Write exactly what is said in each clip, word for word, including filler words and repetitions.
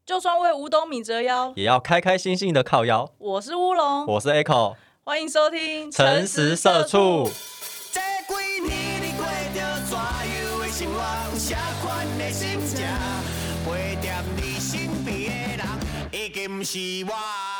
就算为五斗米折腰， 也要开开心心的靠腰。 我是乌龙， 我是 Echo， 欢迎收听诚实社畜。 这几年你过着怎样的生活？有啥款的心情？陪在你身边的人，已经不是我。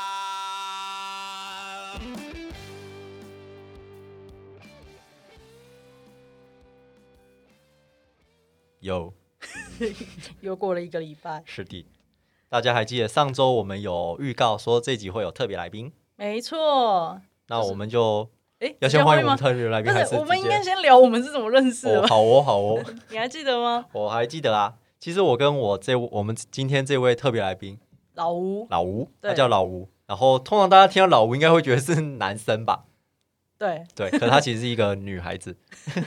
有， 又过了一个礼拜， 是的。大家还记得上周我们有预告说这集会有特别来宾？ 没错。 那我们就哎， 要先欢迎我吗们特别来宾，还是我们应该先聊我们是怎么认识的吧？ 哦，好哦，好哦。 你还记得吗？ 我还记得啊。其实我跟我这我们今天这位特别来宾老吴， 老吴，他叫老吴。然后通常大家听到老吴应该会觉得是男生吧？ 对对，可他其实是一个女孩子。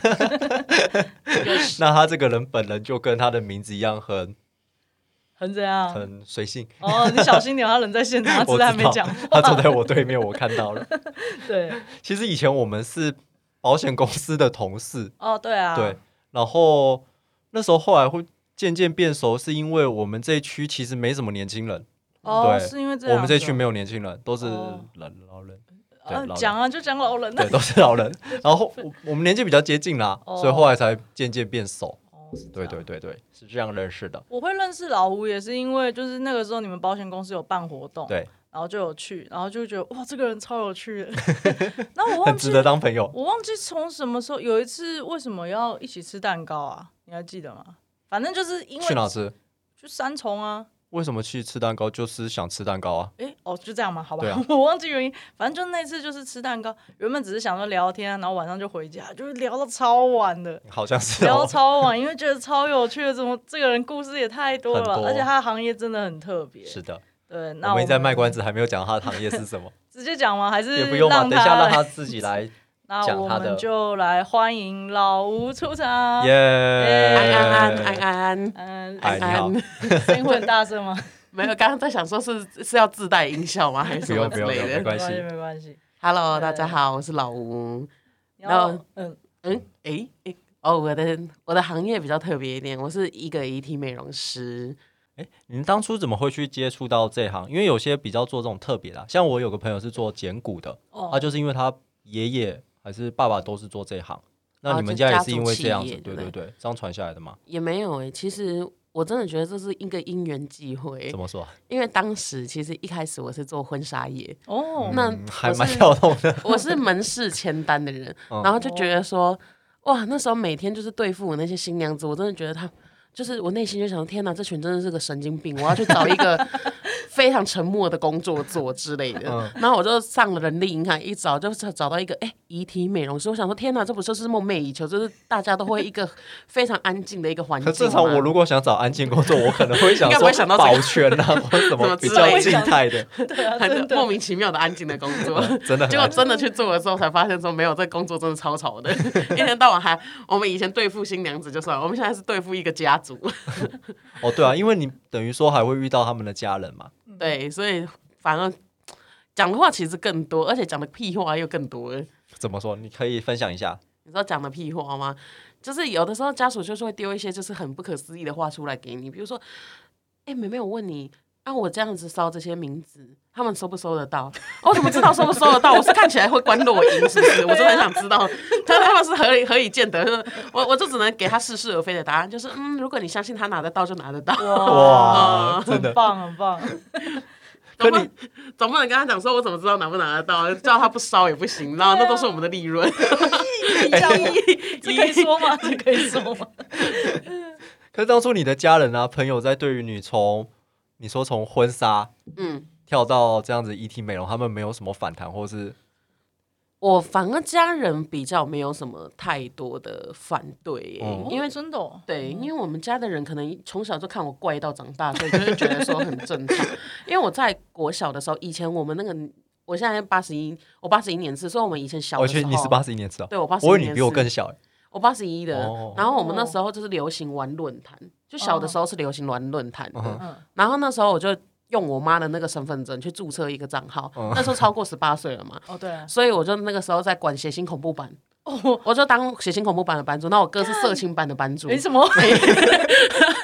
那他这个人本人就跟他的名字一样很很怎样？ 很随性。 哦，你小心点，他人在现场，他实在还没讲话。 他坐在我对面，我看到了。 对， 其实以前我们是保险公司的同事。 哦，对啊， 对。然后那时候后来会渐渐变熟，是因为我们这一区其实没什么年轻人。 哦， 对， 是因为这样。 我们这一区没有年轻人，都是老老人。 呃，讲啊，就讲老人。 对，都是老人。然后我们年纪比较接近啦， 哦、 所以后来才渐渐变熟。 哦， 对对对对，是这样认识的。 我会认识老吴也是因为就是那个时候你们保险公司有办活动， 对， 然后就有去，然后就觉得哇，这个人超有趣的。那我忘记很值得当朋友。 我忘记从什么时候有一次为什么要一起吃蛋糕啊？你还记得吗？反正就是因为去哪吃？ 去三重啊。 为什么去吃蛋糕？就是想吃蛋糕啊！ 哎、欸，哦，就这样吗？好吧， 啊、 我忘记原因。反正就那次就是吃蛋糕，原本只是想说聊天，然后晚上就回家，就是聊到超晚的， 好像是、哦、 聊到超晚，因为觉得超有趣的，怎么这个人故事也太多了， 多而且他的行业真的很特别。 是的， 对，那我们一直在卖关子，还没有讲他的行业是什么。 直接讲吗？还是也不用嘛，等一下让他自己来。 那我们就来欢迎老吴出场。 耶！ 安安安安安安安安， 声音会很大声吗？ 没有，刚刚在想说是是要自带音效吗，还是什么之类的？ 没关系， 没关系。 Hello， 大家好，我是老吴。 然后，嗯嗯，哎哎，哦，我的我的行业比较特别一点，我是一个遗体美容师。 哎，你们当初怎么会去接触到这行？因为有些比较做这种特别的，像我有个朋友是做剪骨的，哦、他就是因为他爷爷还是爸爸都是做这行。那你们家也是因为这样子？ 哦、 对对对，这样传下来的吗？ 也没有哎、欸，其实。我真的觉得这是一个因缘际会。 怎么说？ 因为当时其实一开始我是做婚纱业哦， 那、 嗯、还蛮跳动的。 我是门市签单的人，嗯、然后就觉得说，哇，那时候每天就是对付我那些新娘子，我真的觉得他就是我内心就想，天哪，这群真的是个神经病，我要去找一个非常沉默的工作做之类的。嗯、然后我就上了人力银行，一找就找到一个哎遗体美容师，我想说天哪，这不就是梦寐以求，就是大家都会一个非常安静的一个环境。 可正常我如果想找安静工作，我可能会想说保全啊，或什么比较静态的， 对啊， 很莫名其妙的安静的工作。 嗯、真的， 结果真的去做的时候才发现说，没有，这工作真的超吵的，一天到晚还我们以前对付新娘子就算了，我们现在是对付一个家族。 哦，对啊，因为你等于说还会遇到他们的家人嘛。 对，所以反而讲的话其实更多，而且讲的屁话又更多。 怎么说？你可以分享一下。 你知道讲的屁话吗？就是有的时候家属就是会丢一些就是很不可思议的话出来给你，比如说，哎、欸，妹妹，我问你，啊，我这样子烧这些名字，他们收不收得到？我怎么知道收不收得到？我是看起来会关落音，是不是？我真的很想知道，他他们是何以何以见得？我我就只能给他似是而非的答案，就是嗯，如果你相信他拿得到，就拿得到。 哇，真的很棒，很棒。 总不总不能跟他讲说，我怎么知道拿不拿得到？叫他不烧也不行，然后那都是我们的利润。 这可以说吗？这可以说吗？ 可是当初你的家人啊、朋友在对于你从你说从婚纱嗯跳到这样子遗体美容，他们没有什么反弹，或是我反而家人比较没有什么太多的反对、欸嗯， 因为、 哦、真的、哦、 对，因为我们家的人可能从小就看我怪到长大，所以就会觉得说很正常。因为我在国小的时候，以前我们那个，我现在八十一，我八十一年次，所以我们以前小的时候， 我觉得你是八十一年次啊， 对我八十一年次， 我以为你比我更小、欸、 我八十一的、 哦， 然后我们那时候就是流行玩论坛，就小的时候是流行玩论坛的、 哦， 然后那时候我就。用我妈的那个身份证去注册一个账号、嗯，那时候超过十八岁了嘛， 哦对、啊， 所以我就那个时候在管血腥恐怖版，哦，我就当血腥恐怖版的版主，那我哥是色情版的版主， 没什么，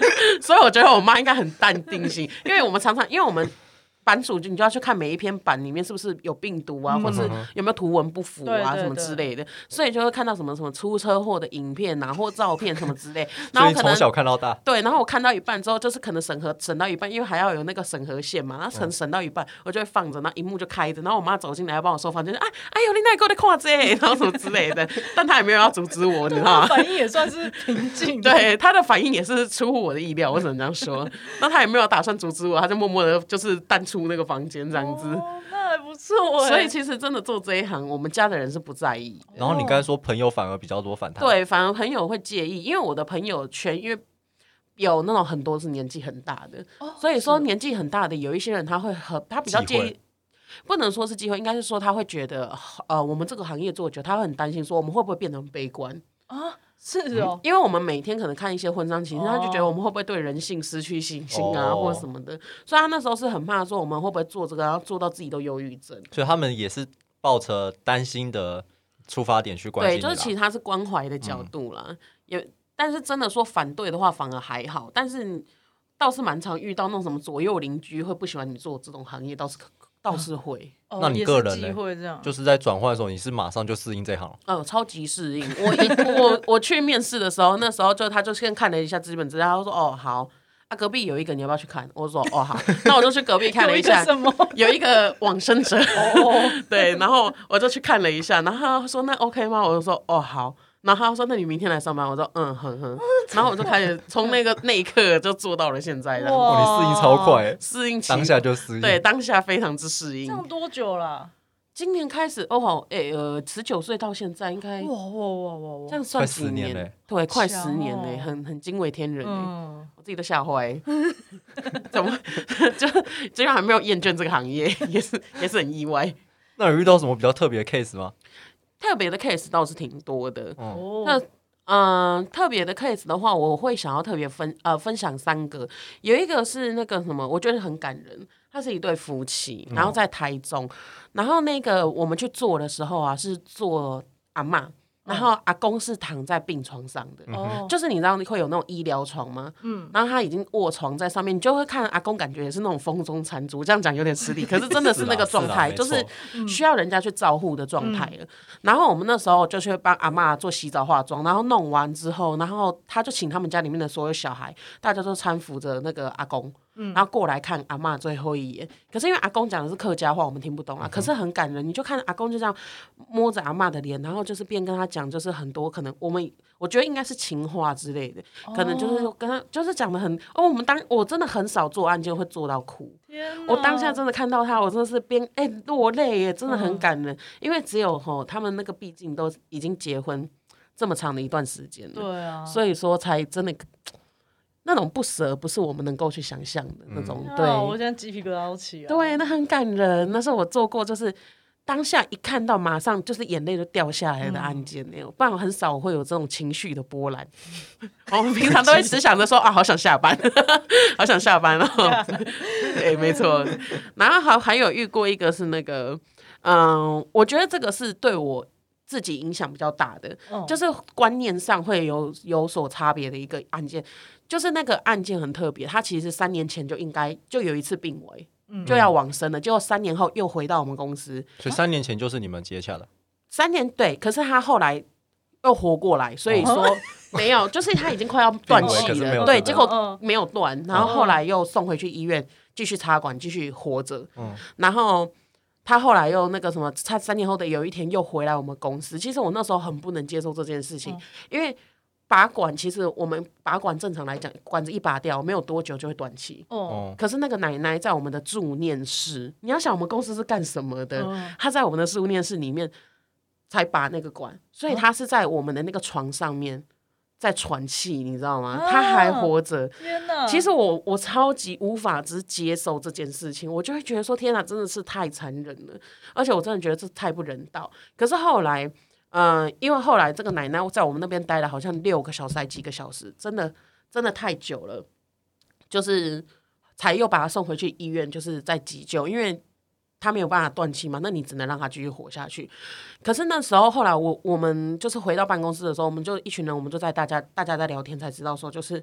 所以我觉得我妈应该很淡定心，因为我们常常因为我们。版主你就要去看每一篇版里面是不是有病毒啊，嗯、或是有没有图文不符啊，什么之类的，所以就会看到什么什么出车祸的影片啊，或照片什么之类。然后可能从小看到大。 对，然后我看到一半之后，就是可能审核审到一半，因为还要有那个审核线嘛，然后审审到一半，我就会放着，然后荧幕就开着，然后我妈走进来要帮我收房间，哎哎呦，你哪个在看这，然后什么之类的，但她也没有要阻止我，你知道吗？ 反应也算是平静。 对，她的反应也是出乎我的意料，我只能这样说。那她也没有打算阻止我，她就默默的就是淡出那个房间。这样子、 哦，那还不错。 所以其实真的做这一行，我们家的人是不在意。 然后你刚才说朋友反而比较多反弹， 对，反而朋友会介意，因为我的朋友圈，因为有那种很多是年纪很大的，哦、所以说年纪很大的有一些人他会很他比较介意。不能说是机会，应该是说他会觉得，呃，我们这个行业做久，他会很担心，说我们会不会变得很悲观啊？是哦、 嗯，因为我们每天可能看一些婚丧喜庆，他就觉得我们会不会对人性失去信心啊，哦、或者什么的，所以他那时候是很怕说我们会不会做这个，然后做到自己都忧郁症。 所以他们也是抱着担心的出发点去关心你啦。 对，就是其实他是关怀的角度啦，嗯、也但是真的说反对的话反而还好，但是倒是蛮常遇到那种什么左右邻居会不喜欢你做这种行业，倒是倒是会。 哦、 那你个人呢？ 是就是在转换的时候，你是马上就适应这行了？ 呃，超级适应。我一我我去面试的时候，那时候就他就先看了一下资本资料，他说：“哦，好啊，隔壁有一个，你要不要去看？”我说：“哦，好。”那我就去隔壁看了一下， 有一个什么？ 有一个往生者。哦，对，然后我就去看了一下，然后他说：“那 OK 吗？”我就说：“哦，好。”然后他说：“那你明天来上班？”我说：“嗯哼哼。”然后我就开始从那个那一刻就做到了现在。 哇，你适应超快， 适应当下就适应， 对，当下非常之适应。 这样多久了？ 今年开始哦，好，哎、欸、呃，十九岁到现在应该哇哇哇哇哇， 这样算几年？ 年对，快十年嘞，很很惊为天人嘞，嗯、我自己都吓坏。怎么就居然还没有厌倦这个行业，也是也是很意外。 那有遇到什么比较特别的 case 吗？ 特别的 case 倒是挺多的。 哦， 那嗯、呃，特别的 case 的话，我会想要特别分呃分享三个。有一个是那个什么，我觉得很感人。他是一对夫妻，然后在台中，嗯、然后那个我们去做的时候啊，是做阿嬷。然后阿公是躺在病床上的，嗯、就是你知道会有那种医疗床吗？嗯，然后他已经卧床在上面，你就会看阿公，感觉也是那种风中残烛，这样讲有点失礼，可是真的是那个状态，是就是需要人家去照护的状态了。嗯、然后我们那时候就去帮阿嬷做洗澡化妆，然后弄完之后，然后他就请他们家里面的所有小孩，大家都搀扶着那个阿公。嗯、然后过来看阿嬷最后一眼，可是因为阿公讲的是客家话，我们听不懂啊。嗯、可是很感人，你就看阿公就这样摸着阿嬷的脸，然后就是边跟他讲，就是很多可能我们我觉得应该是情话之类的，哦、可能就是跟他就是讲的很哦。我们当我真的很少做案件会做到哭，我当下真的看到他，我真的是边哎、欸、落泪耶，真的很感人。嗯、因为只有吼他们那个毕竟都已经结婚这么长的一段时间了， 对啊， 所以说才真的。那种不舍不是我们能够去想象的那种，嗯、对， 我现在鸡皮疙瘩都起了。 对，那很感人，那是我做过，就是当下一看到，马上就是眼泪就掉下来的案件那种，嗯、不然很少会有这种情绪的波澜。我们平常都会只想着说啊，好想下班，好想下班哦。对，没错。然后还还有遇过一个是那个，嗯，我觉得这个是对我自己影响比较大的，嗯、就是观念上会有有所差别的一个案件。就是那个案件很特别，他其实三年前就应该就有一次病危，嗯、就要往生了，结果三年后又回到我们公司。 所以三年前就是你们接洽的。 三年对，可是他后来又活过来，所以说没有，就是他已经快要断气了，对，结果没有断，然后后来又送回去医院继续插管，继续活着。嗯、然后他后来又那个什么，他三年后的有一天又回来我们公司。其实我那时候很不能接受这件事情，嗯、因为。拔管其实我们拔管正常来讲，管子一拔掉，没有多久就会断气。哦，可是那个奶奶在我们的助念室，你要想我们公司是干什么的？嗯、她在我们的助念室里面才拔那个管，所以她是在我们的那个床上面在喘气，你知道吗？她还活着。 天哪！ 其实我我超级无法之接受这件事情，我就会觉得说天哪，真的是太残忍了，而且我真的觉得这太不人道。可是后来。嗯、呃，因为后来这个奶奶在我们那边待了好像六个小时还几个小时，真的真的太久了，就是才又把她送回去医院，就是在急救，因为她没有办法断气嘛，那你只能让她继续活下去。可是那时候后来我我们就是回到办公室的时候，我们就一群人，我们就在大家大家在聊天，才知道说就是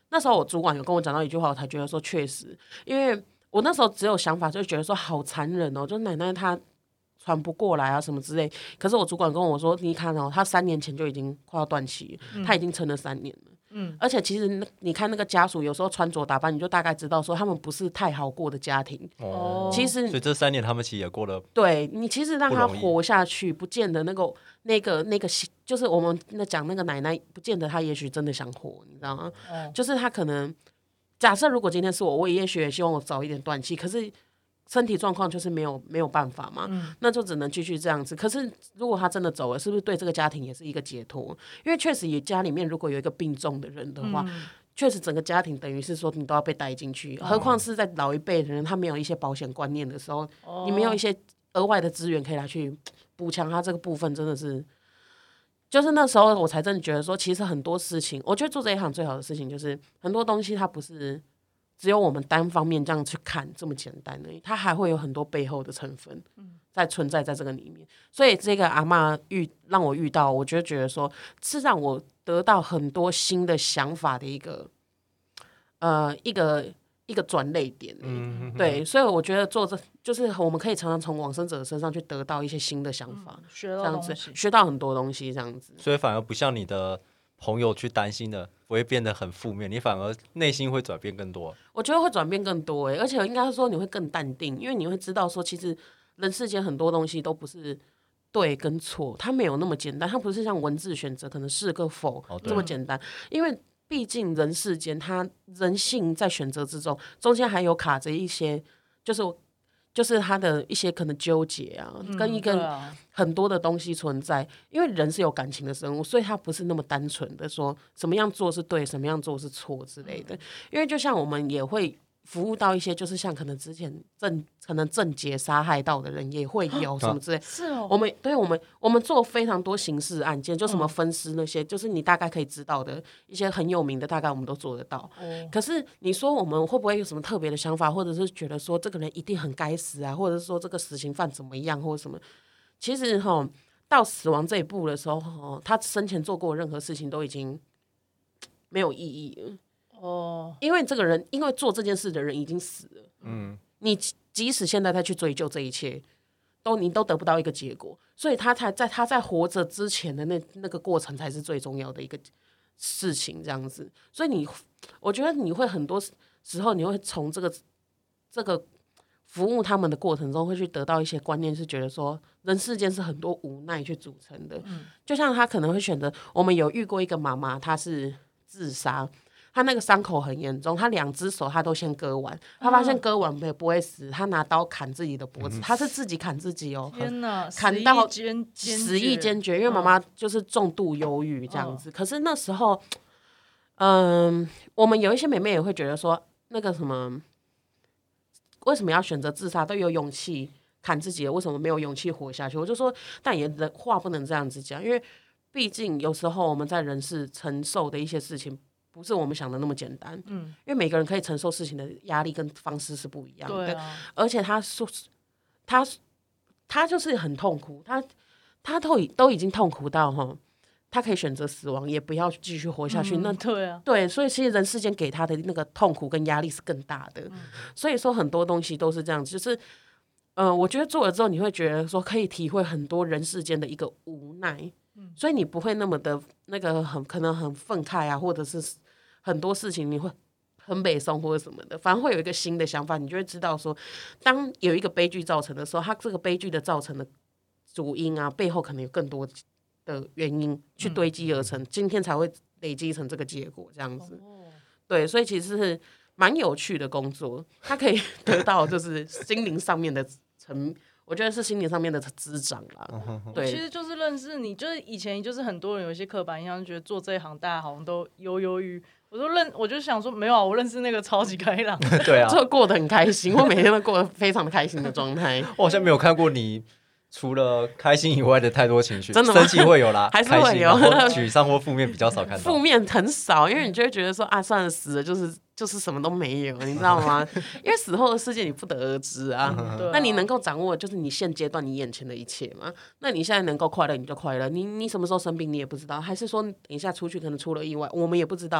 那时候我主管有跟我讲到一句话，我才觉得说确实，因为我那时候只有想法就觉得说好残忍哦，就奶奶她喘不过来啊什么之类。可是我主管跟我说，你看哦，她三年前就已经快要断气了，嗯、她已经撑了三年了。嗯，而且其实你看那个家属有时候穿着打扮，你就大概知道说他们不是太好过的家庭。哦，其实所以这三年他们其实也过了。 对，你其实让他活下去，不见得那个那个那个，就是我们那讲那个奶奶，不见得他也许真的想活，你知道吗？哦、就是他可能假设如果今天是我，我也许也希望我早一点断气，可是身体状况就是没有没有办法嘛，嗯、那就只能继续这样子。可是如果他真的走了，是不是对这个家庭也是一个解脱？因为确实，也家里面如果有一个病重的人的话，确、嗯、实整个家庭等于是说你都要被带进去，哦、何况是在老一辈的人，他没有一些保险观念的时候，哦、你没有一些额外的资源可以来去补强他这个部分，真的是。就是那时候我才真的觉得说，其实很多事情，我觉得做这一行最好的事情就是很多东西它不是只有我们单方面这样去看这么简单而已，它还会有很多背后的成分在存在在这个里面。所以这个阿嬷遇让我遇到，我就觉得说是让我得到很多新的想法的一个呃一个一个转捩点。嗯，对，所以我觉得做这就是我们可以常常从往生者身上去得到一些新的想法，嗯、 学到东西， 这样子学到很多东西，这样子。 所以反而不像你的朋友去担心的，不会变得很负面，你反而内心会转变更多。 我觉得会转变更多、欸、而且应该说你会更淡定，因为你会知道说，其实人世间很多东西都不是对跟错，它没有那么简单，它不是像文字选择可能是个否、哦、这么简单，因为毕竟人世间，它人性在选择之中，中间还有卡着一些，就是就是他的一些可能纠结啊，嗯、跟一个很多的东西存在。因为人是有感情的生物，所以他不是那么单纯的说什么样做是对，什么样做是错之类的。因为就像我们也会服务到一些，就是像可能之前正可能正劫杀害到的人也会有什么之类的。 是哦， 我们对我们我们做非常多刑事案件，就什么分尸那些，嗯、就是你大概可以知道的一些很有名的，大概我们都做得到。哦、可是你说我们会不会有什么特别的想法，或者是觉得说这个人一定很该死啊，或者是说这个死刑犯怎么样，或者什么？其实哈，到死亡这一步的时候，他生前做过任何事情都已经没有意义了。哦，因为这个人，因为做这件事的人已经死了，嗯，你即使现在再去追究这一切，都你都得不到一个结果，所以他才在他在活着之前的那那个过程才是最重要的一个事情，这样子。所以你，我觉得你会很多时候你会从这个这个服务他们的过程中，会去得到一些观念，是觉得说人世间是很多无奈去组成的。嗯，就像他可能会选择，我们有遇过一个妈妈，她是自杀。他那个伤口很严重，他两只手他都先割完，他发现割完也不会死，他拿刀砍自己的脖子，嗯、他是自己砍自己哦， 天哪， 砍到死意坚决，因为妈妈就是重度忧郁这样子。嗯、可是那时候，嗯，我们有一些妹妹也会觉得说，那个什么，为什么要选择自杀？都有勇气砍自己了，为什么没有勇气活下去？我就说，但也人话不能这样子讲，因为毕竟有时候我们在人世承受的一些事情。不是我们想的那么简单，嗯，因为每个人可以承受事情的压力跟方式是不一样的， 啊、 而且他说他他就是很痛苦，他他都都已经痛苦到哈，他可以选择死亡，也不要继续活下去。嗯、那对啊， 对，所以其实人世间给他的那个痛苦跟压力是更大的，嗯、所以说很多东西都是这样子，就是呃，我觉得做了之后，你会觉得说可以体会很多人世间的一个无奈。所以你不会那么的那个很可能很愤慨啊，或者是很多事情你会很北宋或者什么的，反而会有一个新的想法，你就会知道说，当有一个悲剧造成的时候，它这个悲剧的造成的主因啊，背后可能有更多的原因去堆积而成，嗯、今天才会累积成这个结果这样子。哦、对，所以其实是蛮有趣的工作，它可以得到就是心灵上面的层。我觉得是心理上面的滋长啦，对， 其实就是认识你，就是以前就是很多人有一些刻板印象，觉得做这一行大家好像都忧忧郁。我就认，我就想说没有啊，我认识那个超级开朗， 对啊，就过得很开心，我每天都过得非常的开心的状态。 我好像没有看过你除了开心以外的太多情绪， 真的吗？ 生气会有啦， 还是会有， 沮丧或负面比较少看到， 负面很少，因为你就会觉得说啊，算了，死了就是就是什么都没有，你知道吗？因为死后的世界你不得而知啊。嗯、那你能够掌握就是你现阶段你眼前的一切嘛？那你现在能够快乐你就快乐，你你什么时候生病你也不知道，还是说等一下出去可能出了意外，我们也不知道。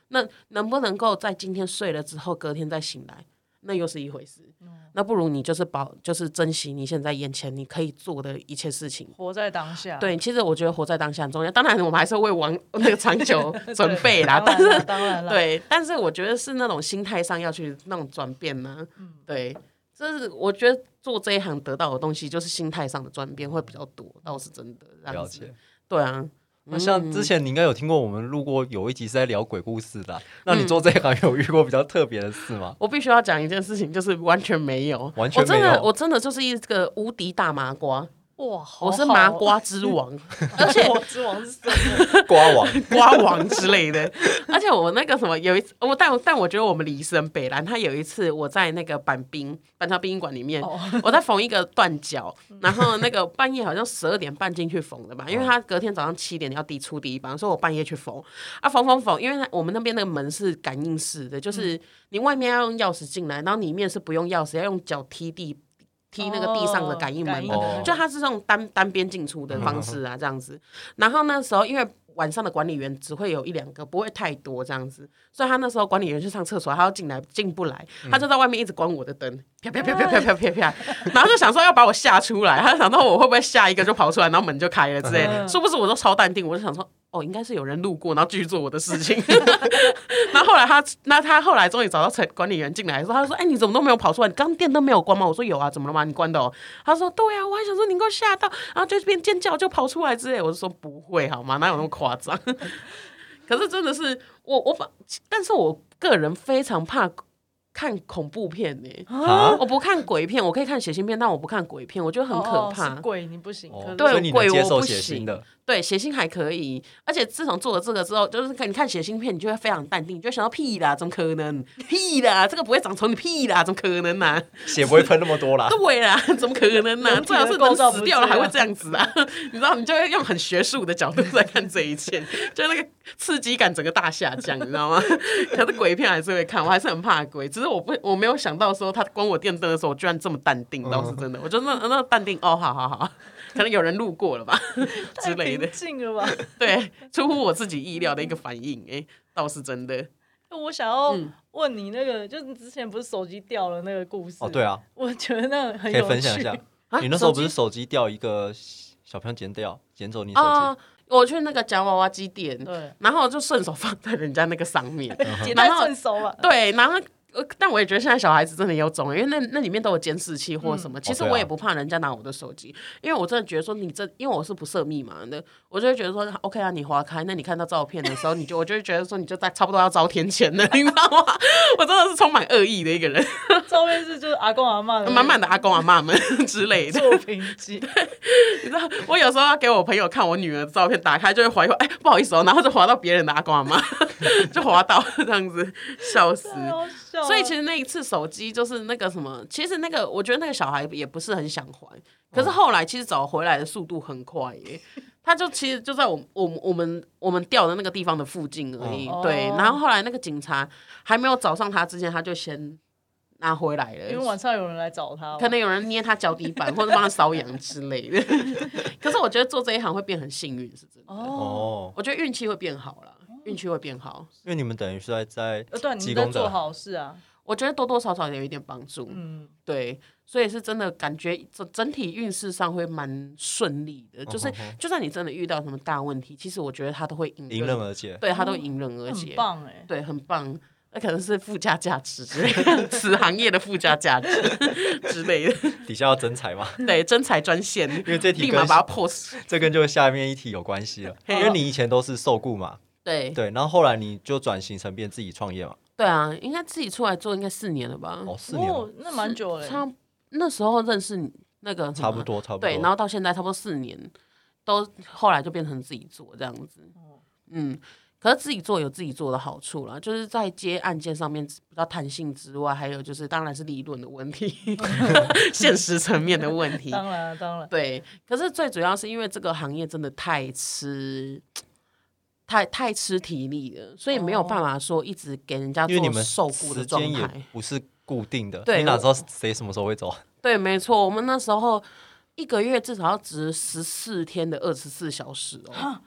那能不能够在今天睡了之后，隔天再醒来，那又是一回事。嗯、那不如你就是保，就是珍惜你现在眼前你可以做的一切事情， 活在当下。 对，其实我觉得活在当下很重要。当然，我们还是为往那个长久准备啦。但是当然了， 对，但是我觉得是那种心态上要去那种转变呢、啊。嗯，对，就是我觉得做这一行得到的东西，就是心态上的转变会比较多，倒是真的。 了解。 对啊。 那像之前你应该有听过我们录过有一集是在聊鬼故事的、啊，那你做这一行有遇过比较特别的事吗？ 我必须要讲一件事情，就是完全没有， 完全没有， 我真的我真的就是一个无敌大麻瓜。 哇，好好我是麻瓜之王，而且之王是什么？ 瓜王、 瓜王之类的。而且我那个什么，有一次，我但但我觉得我们离神北兰，他有一次我在那个板滨板桥殡仪馆里面，哦、我在缝一个断脚，然后那个半夜好像十二点半进去缝的吧，因为他隔天早上七点要第出第一班，所以我半夜去缝啊，缝缝缝，因为我们那边那个门是感应式的，就是你外面要用钥匙进来，然后里面是不用钥匙，要用脚踢地。踢那个地上的感应门的，哦、就它是这种单单边进出的方式啊，这样子。然后那时候因为晚上的管理员只会有一两个，不会太多这样子，所以他那时候管理员去上厕所，他要进来进不来，他就在外面一直关我的灯，啪啪啪啪啪啪啪啪，然后就想说要把我吓出来，他就想到我会不会下一个就跑出来，然后门就开了之类的。殊不知我都超淡定，我就想说。哦，应该是有人路过，然后继续做我的事情。然后后来他，那他后来终于找到管理员进来的时候，他就说：“哎、欸，你怎么都没有跑出来？你刚电灯没有关吗？”我说：“有啊，怎么了吗？你关的哦。”他说：“对啊，我还想说你给我吓到，然后就边尖叫就跑出来之类。”我就说：“不会好吗？哪有那么夸张？”可是真的是我我把，但是我个人非常怕。看恐怖片呢、欸啊，我不看鬼片，我可以看血腥片，但我不看鬼片，我觉得很可怕。 哦、是鬼你不行， 哦、 对，鬼我不行的。 对，血腥还可以，而且自从做了这个之后，就是你看血腥片，你就会非常淡定，你就会想到屁啦，怎么可能？屁啦，这个不会长虫，你屁啦，怎么可能啊？ 血不会喷那么多啦。 对啦，怎么可能呢、啊？最好是人死掉了还会这样子啊？你知道，你就会用很学术的角度在看这一切，就那个刺激感整个大下降，你知道吗？可是鬼片还是会看，我还是很怕鬼，只是我不我没有想到说他关我电灯的时候，我居然这么淡定，倒是真的。我觉得那那淡定哦，好好好。可能有人路过了吧之类的， 太平静了吧？ 对，出乎我自己意料的一个反应，哎、欸，倒是真的。 我想要问你那个，嗯、就是之前不是手机掉了那个故事？ 哦，对啊， 我觉得那个很有趣， 可以分享一下。啊、你那时候不是手机掉一个小朋友捡掉，捡走你手机？ 哦，我去那个夹娃娃机店， 对， 然后就顺手放在人家那个上面， 捡太顺手了。 对，然后。但我也觉得现在小孩子真的有种，因为那那里面都有监视器或什么、嗯。其实我也不怕人家拿我的手机，因为我真的觉得说你这，因为我是不设密码的，我就会觉得说 OK 啊，你滑开，那你看到照片的时候，你就我就会觉得说你就在差不多要遭天谴了，你知道吗？我真的是充满恶意的一个人。 照片是就是阿公阿嬷的， 满满的阿公阿嬷们之类的作品集。 你知道，我有时候要给我朋友看我女儿的照片，打开就会滑一滑，哎、欸，不好意思哦，然后就滑到别人的阿公阿嬷，就滑到这样子，笑死。所以其实那一次手机就是那个什么，其实那个我觉得那个小孩也不是很想还，可是后来其实找回来的速度很快耶，他就其实就在我我我们我们掉的那个地方的附近而已，对。然后后来那个警察还没有找上他之前，他就先拿回来了， 因为晚上有人来找他， 可能有人捏他脚底板或者帮他搔痒之类的。可是我觉得做这一行会变很幸运，是真的。哦，我觉得运气会变好了。运气会变好， 因为你们等于是在在对，你在做好事啊。 我觉得多多少少有一点帮助，嗯，对，所以是真的感觉整整体运势上会蛮顺利的，就是就算你真的遇到什么大问题，其实我觉得他都会迎迎刃而解， 对他都迎刃而解， 很棒哎、欸， 对，很棒。那可能是附加价值之类的，此行业的附加价值之类的。 底下要征才嘛？ 对，征才专线， 因为这题立马把它破死。 这跟就下面一题有关系了，因为你以前都是受雇嘛。 对对，然后后来你就转型成变自己创业嘛？ 对啊，应该自己出来做，应该四年了吧？ 哦，四年、哦， 那蛮久了。 差那时候认识那个差不多，差不多。 对，然后到现在差不多四年，都后来就变成自己做这样子。嗯，可是自己做有自己做的好处啦，就是在接案件上面比较弹性之外，还有就是当然是利润的问题，现实层面的问题。 当然，当然。 对，可是最主要是因为这个行业真的太吃。太太吃体力了，所以没有办法说一直给人家做受雇的状态，因为你们时间也不是固定的， 对， 你哪知道谁什么时候会走？ 对，没错，我们那时候一个月至少要值十四天的二十四小时哦。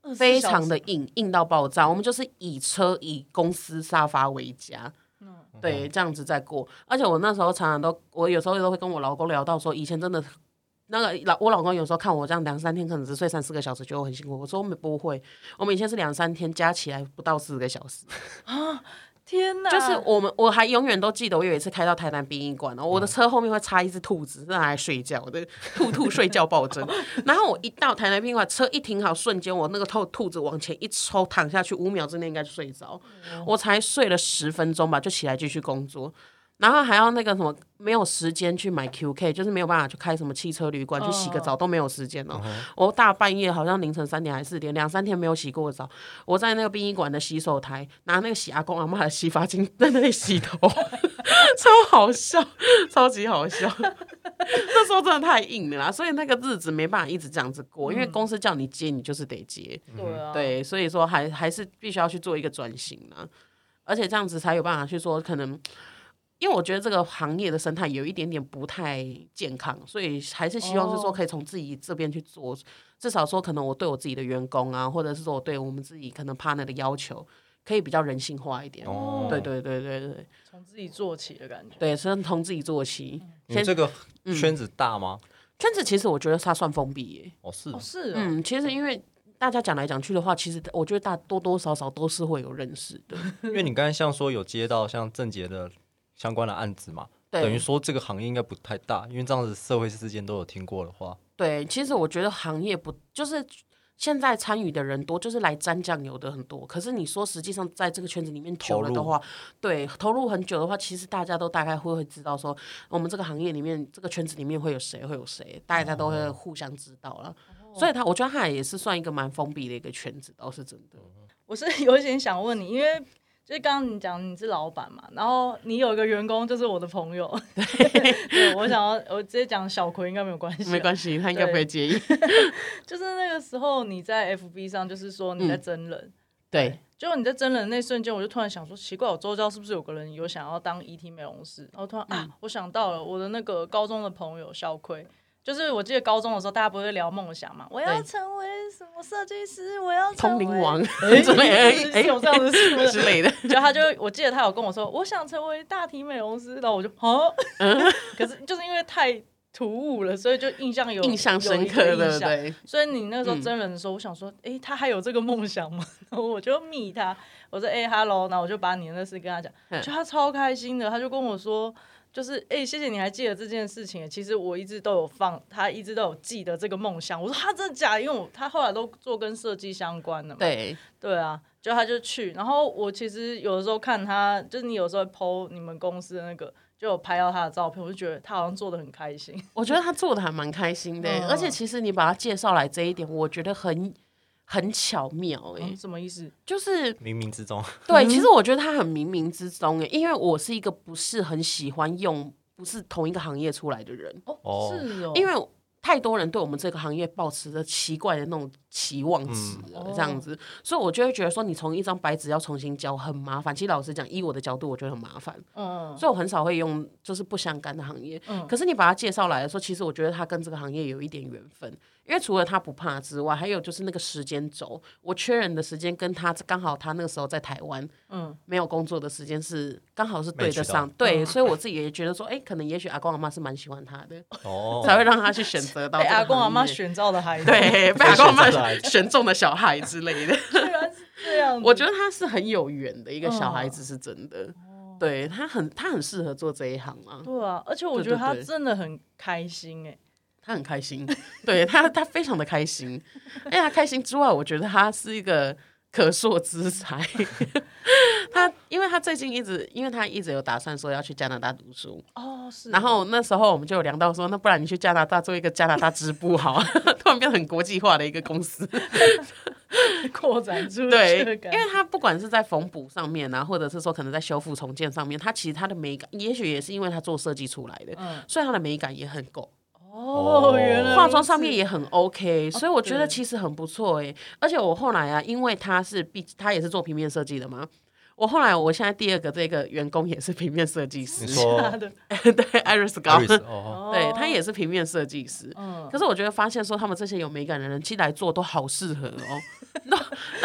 非常的硬，硬到爆炸。我们就是以车以公司沙发为家。嗯，对，这样子在过。而且我那时候常常都，我有时候都会跟我老公聊到说，以前真的那个老我老公有时候看我这样两三天可能只睡三四个小时，觉得我很辛苦。我说我们不会，我们以前是两三天加起来不到四个小时啊！天哪！ 就是我们我还永远都记得，我有一次开到台南殡仪馆哦，我的车后面会插一只兔子，是拿来睡觉的，兔兔睡觉抱枕。然后我一到台南殡仪馆，车一停好，瞬间我那个兔兔子往前一抽，躺下去，五秒之内应该就睡着。嗯、我才睡了十分钟吧，就起来继续工作。然后还要那个什么，没有时间去买 Q K， 就是没有办法去开什么汽车旅馆、oh. 去洗个澡都没有时间哦。Uh-huh. 我大半夜好像凌晨三点还是四点，两三天没有洗过澡。我在那个殡仪馆的洗手台拿那个洗阿公阿嬷的洗发精在那里洗头，超好笑，超级好笑。那时候真的太硬了啦，所以那个日子没办法一直这样子过，因为公司叫你接，你就是得接。 对啊， 对，所以说还还是必须要去做一个转型啊，而且这样子才有办法去说可能。因为我觉得这个行业的生态有一点点不太健康，所以还是希望是说可以从自己这边去做， oh. 至少说可能我对我自己的员工啊，或者是说我对我们自己可能 partner 的要求，可以比较人性化一点。哦，对对对对对， 从自己做起的感觉。 对，是从自己做起。 你这个圈子大吗？ 嗯、圈子其实我觉得它算封闭耶。 哦，是哦，是哦。 嗯，其实因为大家讲来讲去的话，其实我觉得大多多少少都是会有认识的。 因为你刚才像说有接到像郑捷的相关的案子嘛，等于说这个行业应该不太大，因为这样子社会事件都有听过的话。 对，其实我觉得行业不就是现在参与的人多，就是来沾酱油的很多。可是你说实际上在这个圈子里面久了的话，对，投入很久的话，其实大家都大概会会知道说，我们这个行业里面这个圈子里面会有谁会有谁，大家都会互相知道了。哦、所以他我觉得他也是算一个蛮封闭的一个圈子，倒是真的。 我是有点想问你，因为。就是刚刚你讲你是老板嘛，然后你有一个员工就是我的朋友，对，我想要我直接讲小葵应该没有关系， 没关系，他应该不会介意。 就是那个时候你在 F B 上，就是说你在真人，嗯、 对， 结果你在真人那瞬间，我就突然想说，奇怪，我周遭是不是有个人有想要当 E T 美容师？然后突然、嗯、啊，我想到了我的那个高中的朋友小葵。就是我记得高中的时候，大家不会聊梦想嘛？我要成为什么设计师？我要成为通灵王之类的， 哎，有这样的事之类的。 就他就，我记得他有跟我说，我想成为大体美容师，然后我就啊，嗯、可是就是因为太突兀了，所以就印象有印象深刻的，对。 所以你那个时候真人的时候，嗯、我想说，哎，他还有这个梦想吗？然后我就密他，我说，哎 ，hello， 然后我就把你的那事跟他讲，就他超开心的，他就跟我说。就是哎、欸，谢谢你还记得这件事情。其实我一直都有放，他一直都有记得这个梦想。我说他真的假的？因为我他后来都做跟设计相关的嘛。 对对啊，就他就去。然后我其实有的时候看他，就是你有时候 po 你们公司的那个，就有拍到他的照片，我就觉得他好像做的很开心。 我觉得他做的还蛮开心的、嗯，而且其实你把他介绍来这一点，我觉得很。很巧妙哎、欸嗯， 什么意思？ 就是冥冥之中。 对，其实我觉得他很冥冥之中哎、欸，因为我是一个不是很喜欢用不是同一个行业出来的人哦，是哦， 因为太多人对我们这个行业抱持着奇怪的那种期望值了、嗯，这样子，所以我就会觉得说，你从一张白纸要重新交很麻烦。其实老实讲，以我的角度，我觉得很麻烦，嗯，所以我很少会用就是不相干的行业。嗯，可是你把它介绍来的时候，其实我觉得他跟这个行业有一点缘分。因为除了他不怕之外，还有就是那个时间轴，我缺人的时间跟他刚好他那个时候在台湾，嗯，没有工作的时间是刚好是对得上，对、嗯，所以我自己也觉得说，哎、欸，可能也许阿公阿妈是蛮喜欢他的，哦，才会让他去选择到这个行业。 被阿公阿妈选中的孩子， 对，被阿公阿妈选中的小孩之类的， 居然是这样。 我觉得他是很有缘的一个小孩子，是真的。嗯、对他很他很适合做这一行啊， 对啊，而且我觉得他真的很开心哎、欸。 他很开心，对他，他非常的开心。而且他开心之外，我觉得他是一个可塑之才。他因为他最近一直，因为他一直有打算说要去加拿大读书哦，是。 然后那时候我们就有聊到说，那不然你去加拿大做一个加拿大支部好，突然变得很国际化的一个公司， 扩展出去。 对，因为他不管是在缝补上面啊，或者是说可能在修复重建上面，他其实他的美感，也许也是因为他做设计出来的，嗯，所以他的美感也很够。 哦，原来化妆上面也很 OK， 所以我觉得其实很不错哎、欸。而且我后来啊，因为他是必他也是做平面设计的嘛，我后来我现在第二个这个员工也是平面设计师， 你说对 ，Iris 高， 哦、 对他也是平面设计师、嗯。可是我觉得发现说他们这些有美感的人，其实来做都好适合哦，都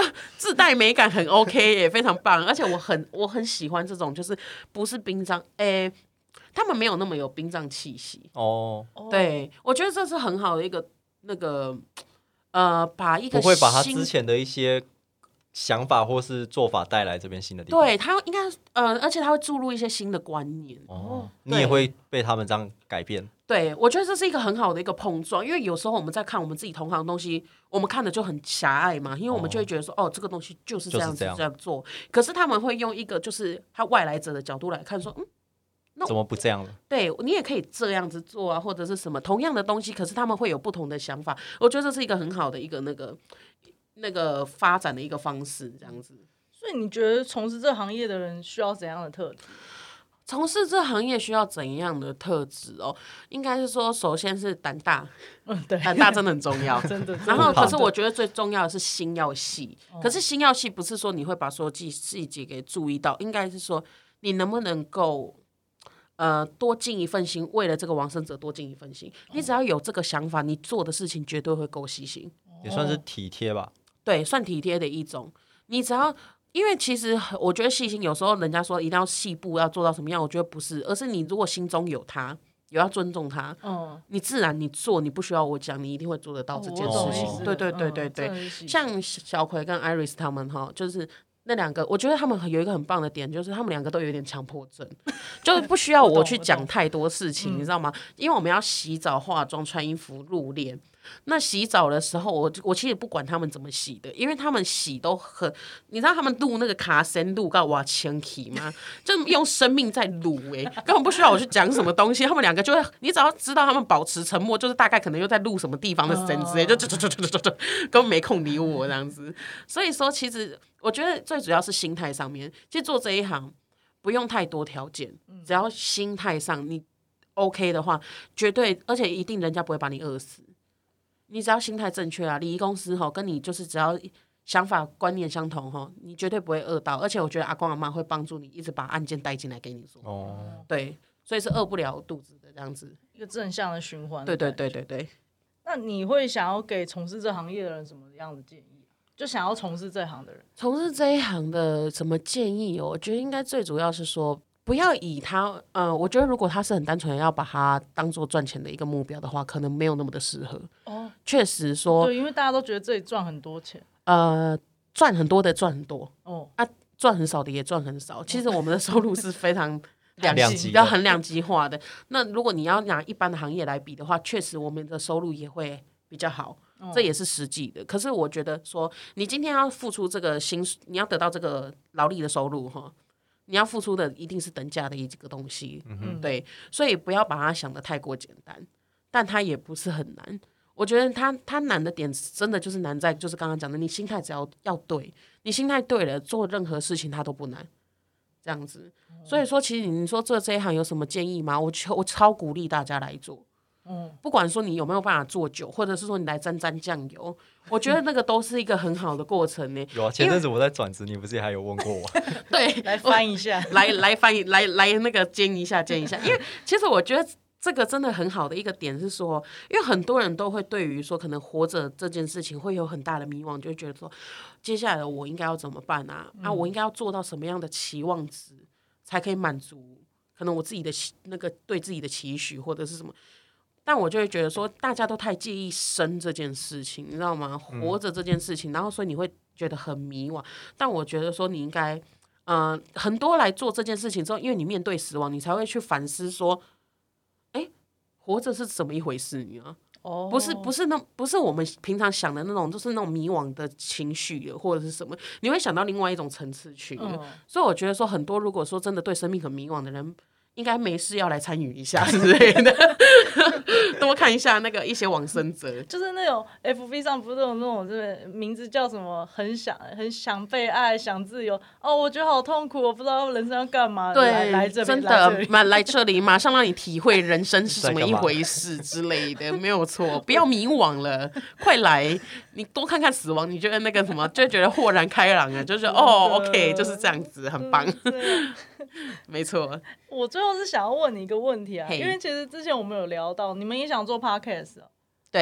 自带美感很 OK 耶，非常棒。而且我很我很喜欢这种，就是不是殡葬，诶，他们没有那么有殡葬气息哦。 对，我觉得这是很好的一个那个呃，把一个不会把他之前的一些想法或是做法带来这边新的地方。 对，他应该呃，而且他会注入一些新的观念。 哦，你也会被他们这样改变。对， 我觉得这是一个很好的一个碰撞，因为有时候我们在看我们自己同行的东西，我们看的就很狭隘嘛，因为我们就会觉得说，哦，哦这个东西就是这样子这样做。可是他们会用一个就是他外来者的角度来看，说，嗯，那怎么不这样了？ 对你也可以这样子做啊，或者是什么同样的东西，可是他们会有不同的想法。我觉得这是一个很好的一个那个那个发展的一个方式，这样子。 所以你觉得从事这行业的人需要怎样的特质？ 从事这行业需要怎样的特质哦？应该是说，首先是胆大， 嗯，对， 胆大真的很重要， 真的。 然后，可是我觉得最重要的是心要细。可是心要细不是说你会把所有细节给注意到，应该是说你能不能够呃多尽一份心，为了这个往生者多尽一份心。你只要有这个想法，你做的事情绝对会够细心， 也算是体贴吧。 对，算体贴的一种。你只要。因为其实我觉得细心，有时候人家说一定要细部要做到什么样，我觉得不是，而是你如果心中有他，有要尊重他，嗯，你自然你做，你不需要我讲，你一定会做得到这件事情。哦、对对对对对，嗯、像小葵跟 Iris 他们哈，就是那两个，我觉得他们有一个很棒的点，就是他们两个都有点强迫症，就是不需要我去讲太多事情，你知道吗？因为我们要洗澡、化妆、穿衣服、入殓。那洗澡的时候，我我其实不管他们怎么洗的，因为他们洗都很，你知道他们录那个卡森录告哇千起吗？就用生命在录哎、欸，根本不需要我去讲什么东西，他们两个就会，你只要知道他们保持沉默，就是大概可能又在录什么地方的声之类，就就就就就就就根本没空理我这样子。所以说，其实我觉得最主要是心态上面，其实做这一行不用太多条件，只要心态上你 OK 的话，绝对而且一定人家不会把你饿死。你只要心态正确啊，礼仪公司吼跟你就是只要想法观念相同吼，你绝对不会饿到。而且我觉得阿公阿嬷会帮助你一直把案件带进来给你做。哦，对，所以是饿不了肚子的这样子， 一个正向的循环。 对对对对对。 那你会想要给从事这行业的人什么样的建议？就想要从事这行的人， 从事这一行的什么建议哦？我觉得应该最主要是说。不要以他，呃，我觉得如果他是很单纯的要把它当做赚钱的一个目标的话，可能没有那么的适合。哦，确实说， 对，因为大家都觉得这里赚很多钱， 呃，赚很多的赚很多，哦，啊，赚很少的也赚很少。其实我们的收入是非常两极，要很两极化的。那如果你要拿一般的行业来比的话，确实我们的收入也会比较好，这也是实际的。可是我觉得说，你今天要付出这个薪水，你要得到这个劳力的收入，哈。你要付出的一定是等价的一个东西，嗯，对，所以不要把它想得太过简单，但它也不是很难。我觉得它它难的点真的就是难在就是刚刚讲的，你心态只要要对，你心态对了，做任何事情它都不难，这样子。所以说，其实你说做这一行有什么建议吗？我我超鼓励大家来做。嗯，不管说你有没有办法做久，或者是说你来沾沾酱油，我觉得那个都是一个很好的过程呢。 有啊，前阵子我在转职，你不是也还有问过我？ 对， 来翻一下， 来来翻译，来来那个煎一下，煎一下。因为其实我觉得这个真的很好的一个点是说，因为很多人都会对于说可能活着这件事情会有很大的迷惘，就会觉得说，接下来我应该要怎么办啊？嗯、啊，我应该要做到什么样的期望值才可以满足可能我自己的那个对自己的期许或者是什么？但我就会觉得说，大家都太介意生这件事情，你知道吗？活着这件事情，然后所以你会觉得很迷惘。但我觉得说，你应该，呃，很多来做这件事情之后，因为你面对死亡，你才会去反思说，哎，活着是怎么一回事呢？哦，不是，不是那，不是我们平常想的那种，就是那种迷惘的情绪或者是什么，你会想到另外一种层次去。嗯、所以我觉得说，很多如果说真的对生命很迷惘的人。应该没事要来参与一下之类的，多看一下那个一些往生者， 就是那种 F B 上不是有那种就是名字叫什么，很想很想被爱，想自由。哦，我觉得好痛苦，我不知道人生要干嘛。 对， 来来这里， 真的马来这里，马上让你体会人生是什么一回事之类的，没有错，不要迷惘了，快来，你多看看死亡，你觉得那个什么，就觉得豁然开朗啊，就是哦 ，OK， 就是这样子，很棒，没错。 我最后是想要问你一个问题啊，因为其实之前我们有聊到，你们也想做 podcast 啊？ 对，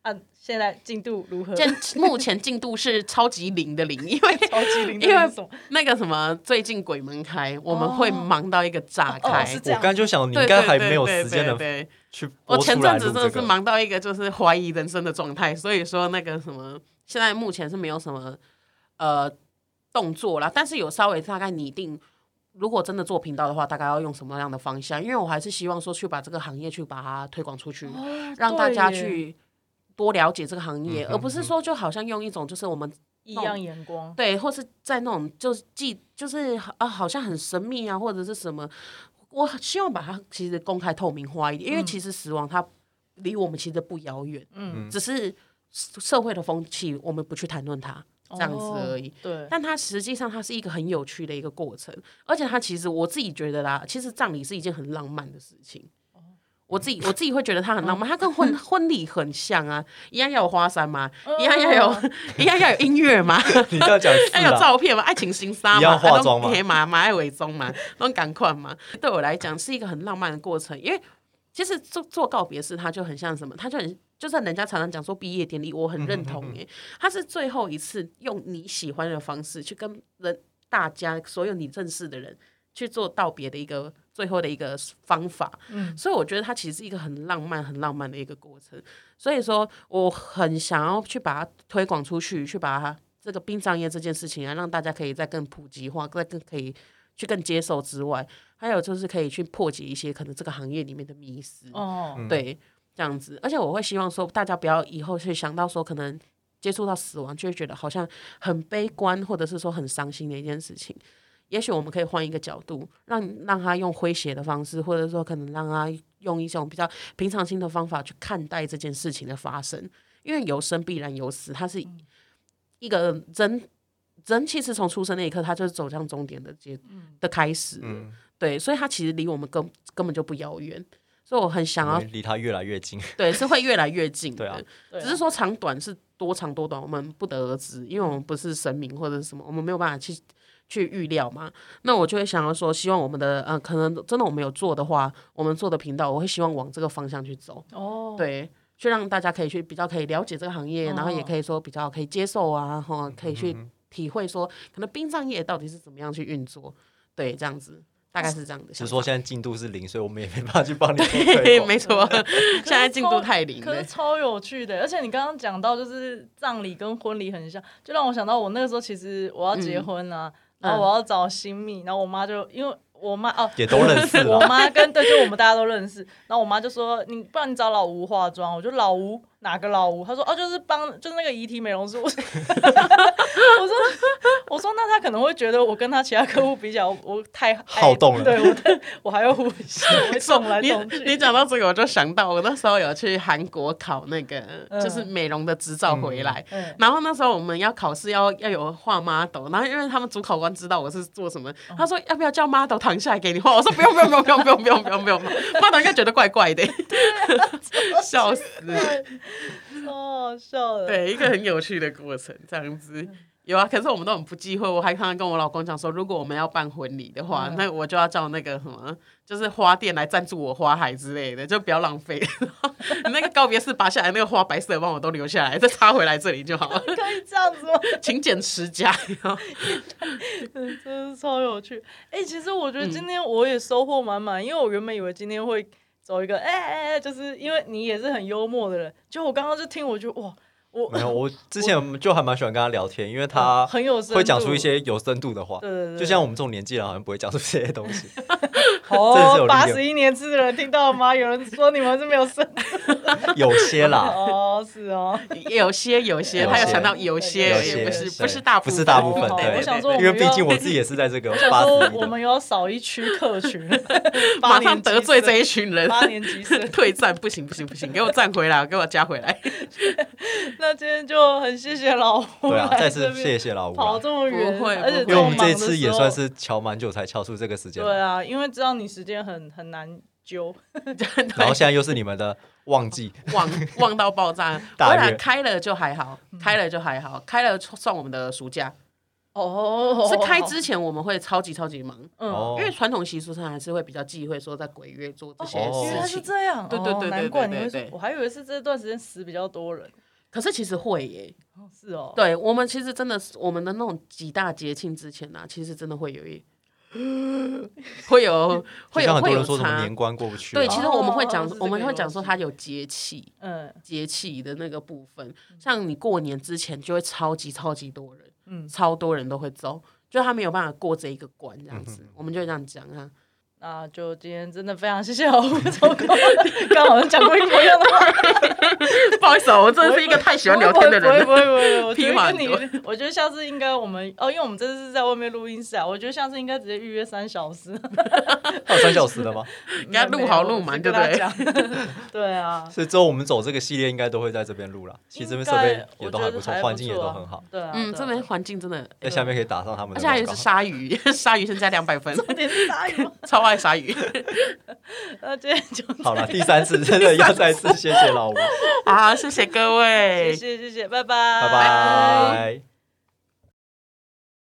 啊，现在进度如何？ 现目前进度是超级零的零，因为超级零的因为什么那个什么最近鬼门开，我们会忙到一个炸开。 哦是这样我刚就想，你应该还没有时间能对去我前播出来阵子真的是录这个。 忙到一个就是怀疑人生的状态，所以说那个什么，现在目前是没有什么呃动作啦，但是有稍微大概拟定。如果真的做频道的话，大概要用什么样的方向？因为我还是希望说去把这个行业去把它推广出去， 哦让大家对耶去多了解这个行业， 嗯哼而不是说就好像用一种就是我们异样眼光， 对，或是在那种就是记就是啊，好像很神秘啊，或者是什么。我希望把它其实公开透明化一点，因为其实死亡它离我们其实不遥远， 嗯， 只是社会的风气我们不去谈论它。这样子而已， 哦、对， 但它实际上它是一个很有趣的一个过程，而且它其实我自己觉得啦，其实葬礼是一件很浪漫的事情。我自己我自己会觉得它很浪漫，它跟婚婚礼很像啊，一样要有花衫嘛，一样要有一样要有音乐嘛， 你这样讲是要有啦， 照片嘛，爱情新纱嘛， 一样化妆嘛黑马马爱伪装嘛，那种赶快嘛，对我来讲是一个很浪漫的过程，因为其实做做告别式，它就很像什么，它就很。就算人家常常讲说毕业典礼，我很认同耶，它是最后一次用你喜欢的方式去跟人大家所有你认识的人去做道别的一个最后的一个方法，嗯，所以我觉得它其实是一个很浪漫、很浪漫的一个过程。所以说，我很想要去把它推广出去，去把它这个殡葬业这件事情啊，让大家可以再更普及化，再更可以去更接受之外，还有就是可以去破解一些可能这个行业里面的迷思， 哦， 对。这样子，而且我会希望说，大家不要以后去想到说，可能接触到死亡，就会觉得好像很悲观，或者是说很伤心的一件事情。也许我们可以换一个角度，让让他用诙谐的方式，或者说可能让他用一种比较平常心的方法去看待这件事情的发生。因为有生必然有死，它是一个人人其实从出生那一刻，他就是走向终点的阶的开始，嗯，对，所以他其实离我们根根本就不遥远。所以我很想要离他越来越近， 对，是会越来越近的。 对啊， 只是说长短是多长多短，我们不得而知，因为我们不是神明或者是什么，我们没有办法去去预料嘛。那我就会想要说，希望我们的呃，可能真的我们有做的话，我们做的频道，我会希望往这个方向去走。哦，对，去让大家可以去比较可以了解这个行业，哦、然后也可以说比较可以接受啊，哈，可以去体会说，可能殡葬业到底是怎么样去运作，对，这样子。大概是这样的， 只是说现在进度是零，所以我们也没办法去帮你做推广。没错，现在进度太零了。 可是超有趣的，而且你刚刚讲到就是葬礼跟婚礼很像，就让我想到我那个时候其实我要结婚啊，嗯、然后我要找新秘，然后我妈就因为。我妈哦， 也都认识我妈跟对，就我们大家都认识。然后我妈就说：“你不然你找老吴化妆。”我就老吴哪个老吴？她说：“哦，就是帮，就是那个遗体美容师。”我说：“我说那他可能会觉得我跟他其他客户比较，我太好动了， 对我我还要呼吸，我会动来动去。” 你讲到这个，我就想到我那时候有去韩国考那个、嗯、就是美容的执照回来，嗯嗯、然后那时候我们要考试要要有画 model， 然后因为他们主考官知道我是做什么，嗯、他说要不要叫 model 躺下来给你画？我说不用不用不用不用不用不用不用不用 ，model 应该觉得怪怪的，笑死， 超好笑的， 对，一个很有趣的过程，这样子。有啊，可是我们都很不忌讳。我还常常跟我老公讲说，如果我们要办婚礼的话，嗯、那我就要叫那个什么，就是花店来赞助我花海之类的，就不要浪费。你那个告别式拔下来那个花白色的帮我都留下来，再插回来这里就好了。 可以这样子吗？ 勤俭持家， 真是超有趣。哎、欸，其实我觉得今天我也收获满满，因为我原本以为今天会走一个哎哎哎，就是因为你也是很幽默的人，就我刚刚就听，我就哇。我没有，我之前就还蛮喜欢跟他聊天，因为他很有深度， 会讲出一些有深度的话。 对对对， 就像我们这种年纪人，好像不会讲出这些东西。 哦，八十一年次的人听到了吗？有人说你们是没有深度， 有些啦。 哦，是哦， 有些有些，他有强调有些，也不是不是大部分， 不是大部分。对， 我想说， 因为毕竟我自己也是在这个八十一。 我们有少一区客群， 马上得罪这一群人， 八年级生退战，不行不行不行，给我站回来，给我加回来。 那今天就很谢谢老吴， 对啊，再次谢谢老吴， 跑这么远， 不会， 而且因为我们这一次也算是瞧蛮久才瞧出这个时间。 对啊，因为知道你时间很很难揪， 然后现在又是你们的旺季， 旺旺到爆炸。 大月开了就还好，开了就还好，开了算我们的暑假。 哦， 是开之前我们会超级超级忙， 嗯， 因为传统习俗上还是会比较忌讳说在鬼月做这些哦原来是事情。 这样， 对对对对哦难怪你对对对会说，我还以为是这段时间死比较多人。 可是其实会耶， 哦，是哦， 对我们其实真的是我们的那种几大节庆之前啊，其实真的会有一会有会就像很多有会有人说什么差。 年关过不去啊， 对，其实我们会讲哦是，这个我们会讲逻辑说它有节气， 嗯节气的那个部分，像你过年之前就会超级超级多人， 嗯， 超多人都会走，就他没有办法过这一个关这样子，我们就会这样讲啊。 那就今天真的非常谢谢老吴走过来，刚好像讲过一模一样的话。 不好意思哦，我真的是一个太喜欢聊天的人不会不会不会，我觉屁话得很跟你，我觉得下次应该我们哦，因为我们这次是在外面录音室啊，我觉得下次应该直接预约三小时， 还有三小时的吗？ 给他录好录满，对不对？ 对？对啊， 所以之后我们走这个系列应该都会在这边录啦。其实这边设备也都还不错，环境也都很好。 对啊， 嗯，这边环境真的， 在下面可以打上他们的而且还有一广告。 只鲨鱼，鲨鱼现在两百分， 重点是鲨鱼吗？ 超爱鲨鱼。 那今天就好了，第三次真的要再次谢谢老吴， 好，谢谢各位， 谢谢谢谢，拜拜拜拜。